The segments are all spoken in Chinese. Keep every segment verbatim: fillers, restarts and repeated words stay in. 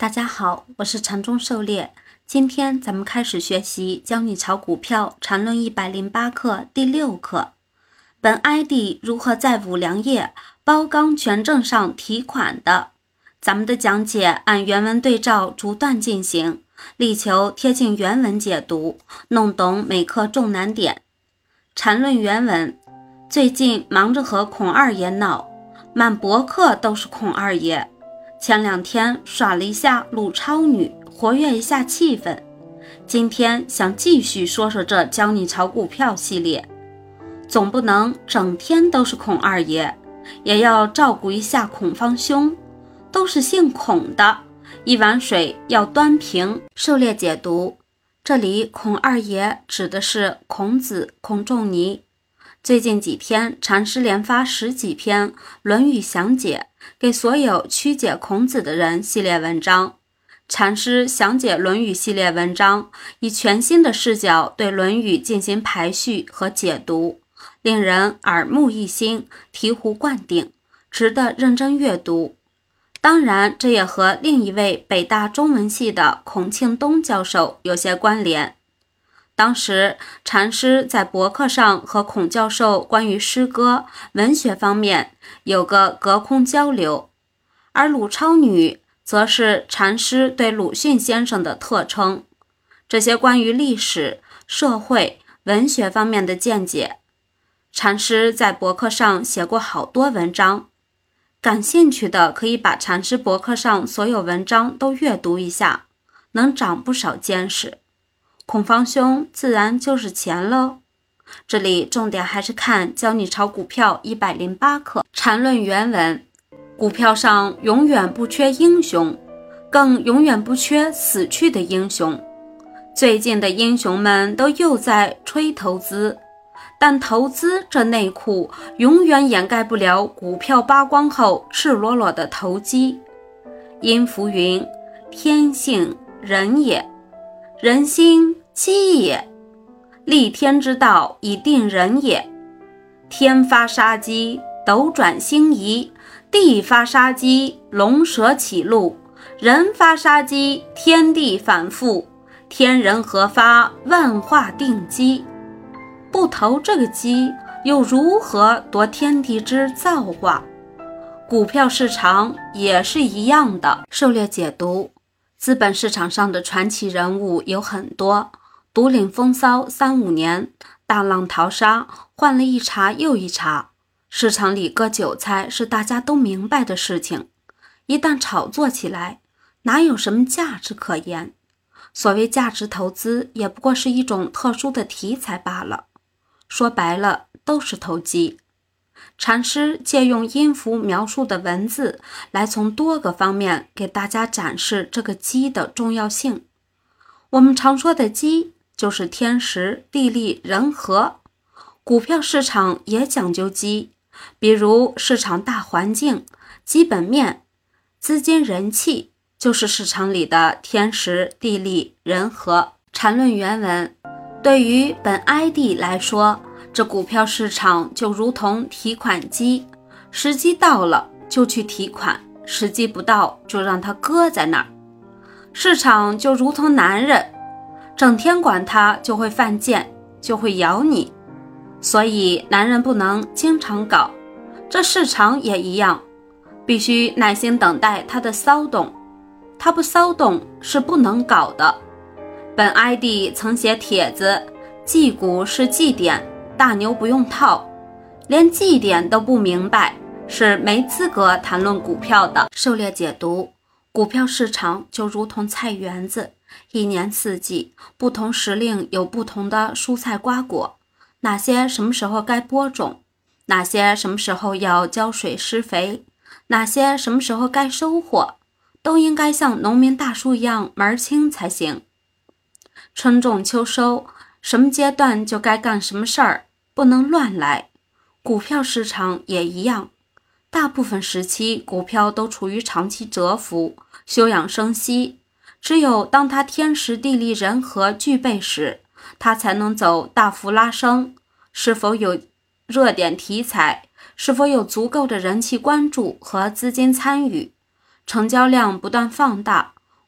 大家好，我是禅中狩猎。今天咱们开始学习教你炒股票禅论一百零八课第六课。本 I D 如何在五粮液包钢权证上提款的？咱们的讲解按原文对照逐段进行，力求贴近原文解读，弄懂每课重难点。禅论原文：最近忙着和孔二爷闹，满博客都是孔二爷。前两天耍了一下鲁超女，活跃一下气氛。今天想继续说说这教你炒股票系列，总不能整天都是孔二爷，也要照顾一下孔方兄，都是姓孔的，一碗水要端平。狩猎解读，这里孔二爷指的是孔子孔仲尼。最近几天禅师连发十几篇《论语详解》，给所有曲解孔子的人系列文章。禅师详解《论语》系列文章，以全新的视角对《论语》进行排序和解读，令人耳目一新，醍醐灌顶，值得认真阅读。当然，这也和另一位北大中文系的孔庆东教授有些关联。当时禅师在博客上和孔教授关于诗歌、文学方面有个隔空交流，而鲁超女则是禅师对鲁迅先生的特称。这些关于历史、社会、文学方面的见解，禅师在博客上写过好多文章，感兴趣的可以把禅师博客上所有文章都阅读一下，能长不少见识。孔方兄自然就是钱喽。这里重点还是看教你炒股票一百零八课。禅论原文：股票上永远不缺英雄，更永远不缺死去的英雄。最近的英雄们都又在吹投资，但投资这内裤永远掩盖不了股票扒光后赤裸裸的投机。殷浮云：天性人也，人心机也，立天之道以定人也。天发杀机，斗转星移；地发杀机，龙蛇起路；人发杀机，天地反复。天人合发，万化定机。不投这个机，又如何夺天地之造化？股票市场也是一样的。狩猎解读：资本市场上的传奇人物有很多，独领风骚三五年，大浪淘沙，换了一茬又一茬。市场里割韭菜是大家都明白的事情，一旦炒作起来，哪有什么价值可言？所谓价值投资，也不过是一种特殊的题材罢了。说白了，都是投机。禅师借用音符描述的文字，来从多个方面给大家展示这个机的重要性。我们常说的机，就是天时、地利、人和。股票市场也讲究机，比如市场大环境、基本面、资金人气，就是市场里的天时、地利、人和。禅论原文：对于本 I D 来说，这股票市场就如同提款机，时机到了就去提款，时机不到就让它搁在那儿。市场就如同男人，整天管它就会犯贱，就会咬你。所以男人不能经常搞，这市场也一样，必须耐心等待它的骚动，它不骚动是不能搞的。本 I D 曾写帖子，祭股是祭点，大牛不用套，连祭点都不明白，是没资格谈论股票的。狩猎解读：股票市场就如同菜园子，一年四季，不同时令有不同的蔬菜瓜果，哪些什么时候该播种，哪些什么时候要浇水施肥，哪些什么时候该收获，都应该像农民大叔一样门儿清才行。春种秋收，什么阶段就该干什么事儿，不能乱来。股票市场也一样，大部分时期股票都处于长期蛰伏、休养生息，只有当它天时地利人和具备时，它才能走大幅拉升。是否有热点题材，是否有足够的人气关注和资金参与，成交量不断放大，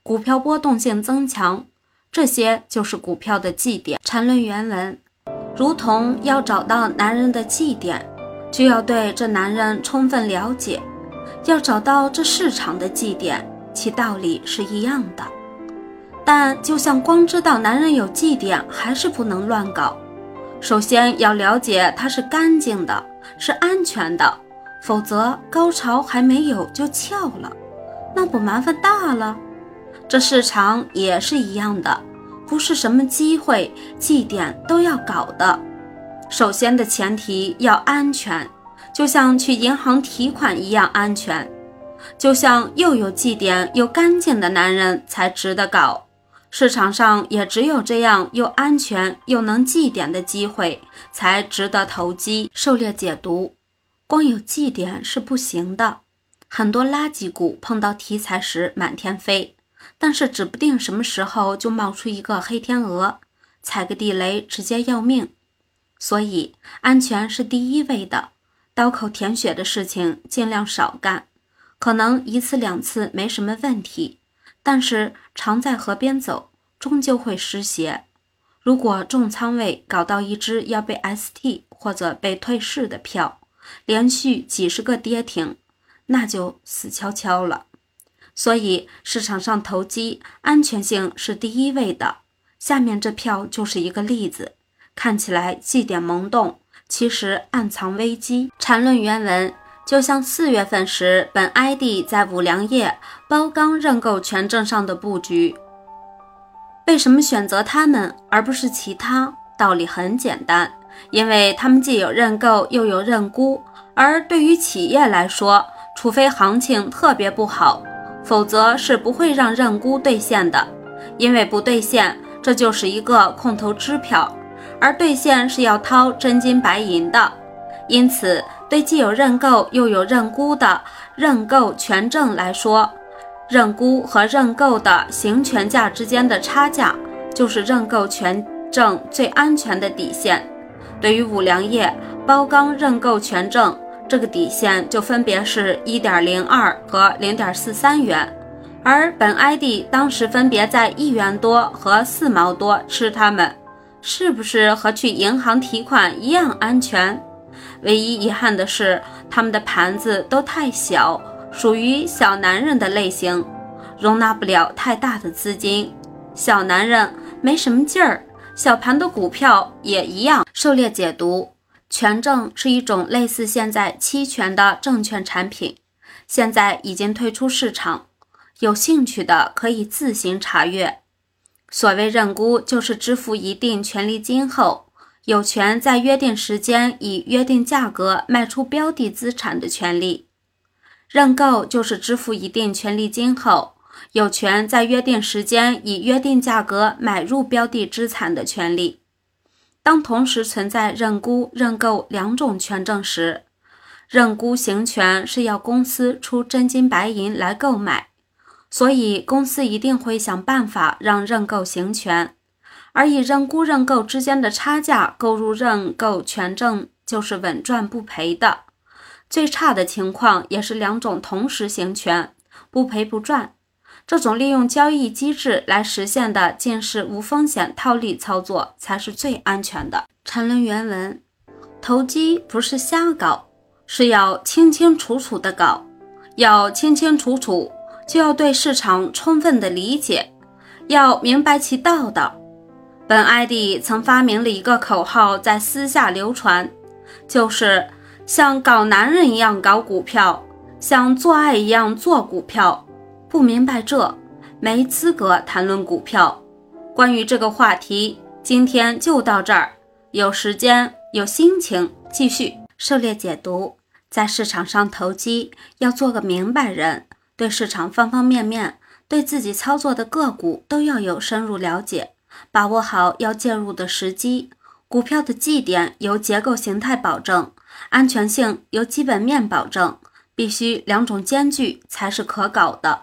股票波动性增强，这些就是股票的绩点。缠论原文，如同要找到男人的绩点，就要对这男人充分了解，要找到这市场的绩点，其道理是一样的。但就像光知道男人有绩点还是不能乱搞，首先要了解它是干净的，是安全的，否则高潮还没有就翘了，那不麻烦大了。这市场也是一样的，不是什么机会绩点都要搞的，首先的前提要安全，就像去银行提款一样安全，就像又有绩点又干净的男人才值得搞，市场上也只有这样又安全又能绩点的机会才值得投机。狩猎解读，光有绩点是不行的，很多垃圾股碰到题材时满天飞，但是指不定什么时候就冒出一个黑天鹅，踩个地雷直接要命。所以安全是第一位的，刀口舔血的事情尽量少干，可能一次两次没什么问题，但是常在河边走，终究会失鞋。如果重仓位搞到一只要被 S T 或者被退市的票，连续几十个跌停，那就死翘翘了。所以市场上投机安全性是第一位的，下面这票就是一个例子，看起来绩点萌动，其实暗藏危机。缠论原文，就像四月份时本 I D 在五粮液、包钢认购权证上的布局，为什么选择他们而不是其他？道理很简单，因为他们既有认购又有认沽，而对于企业来说，除非行情特别不好，否则是不会让认沽兑现的，因为不兑现这就是一个空头支票，而兑现是要掏真金白银的。因此对既有认购又有认沽的认购权证来说，认沽和认购的行权价之间的差价就是认购权证最安全的底线。对于五粮液、包钢认购权证，这个底线就分别是 一点零二 和 零点四三元，而本 I D 当时分别在一元多和四毛多吃它们，是不是和去银行提款一样安全？唯一遗憾的是他们的盘子都太小，属于小男人的类型，容纳不了太大的资金，小男人没什么劲儿，小盘的股票也一样。狩猎解读，权证是一种类似现在期权的证券产品，现在已经退出市场，有兴趣的可以自行查阅。所谓认沽，就是支付一定权利金后，有权在约定时间以约定价格卖出标的资产的权利。认购就是支付一定权利金后，有权在约定时间以约定价格买入标的资产的权利。当同时存在认沽、认购两种权证时，认沽行权是要公司出真金白银来购买，所以公司一定会想办法让认购行权，而以认沽认购之间的差价购入认购权证就是稳赚不赔的。最差的情况也是两种同时行权，不赔不赚。这种利用交易机制来实现的尽是无风险套利操作才是最安全的。缠论原文，投机不是瞎搞，是要清清楚楚的搞，要清清楚楚就要对市场充分的理解，要明白其道道。本 I D 曾发明了一个口号在私下流传，就是像搞男人一样搞股票，像做爱一样做股票，不明白这没资格谈论股票。关于这个话题，今天就到这儿，有时间有心情继续。狩猎解读，在市场上投机要做个明白人，对市场方方面面，对自己操作的个股都要有深入了解，把握好要介入的时机。股票的绩点由结构形态保证，安全性由基本面保证，必须两种兼具才是可搞的。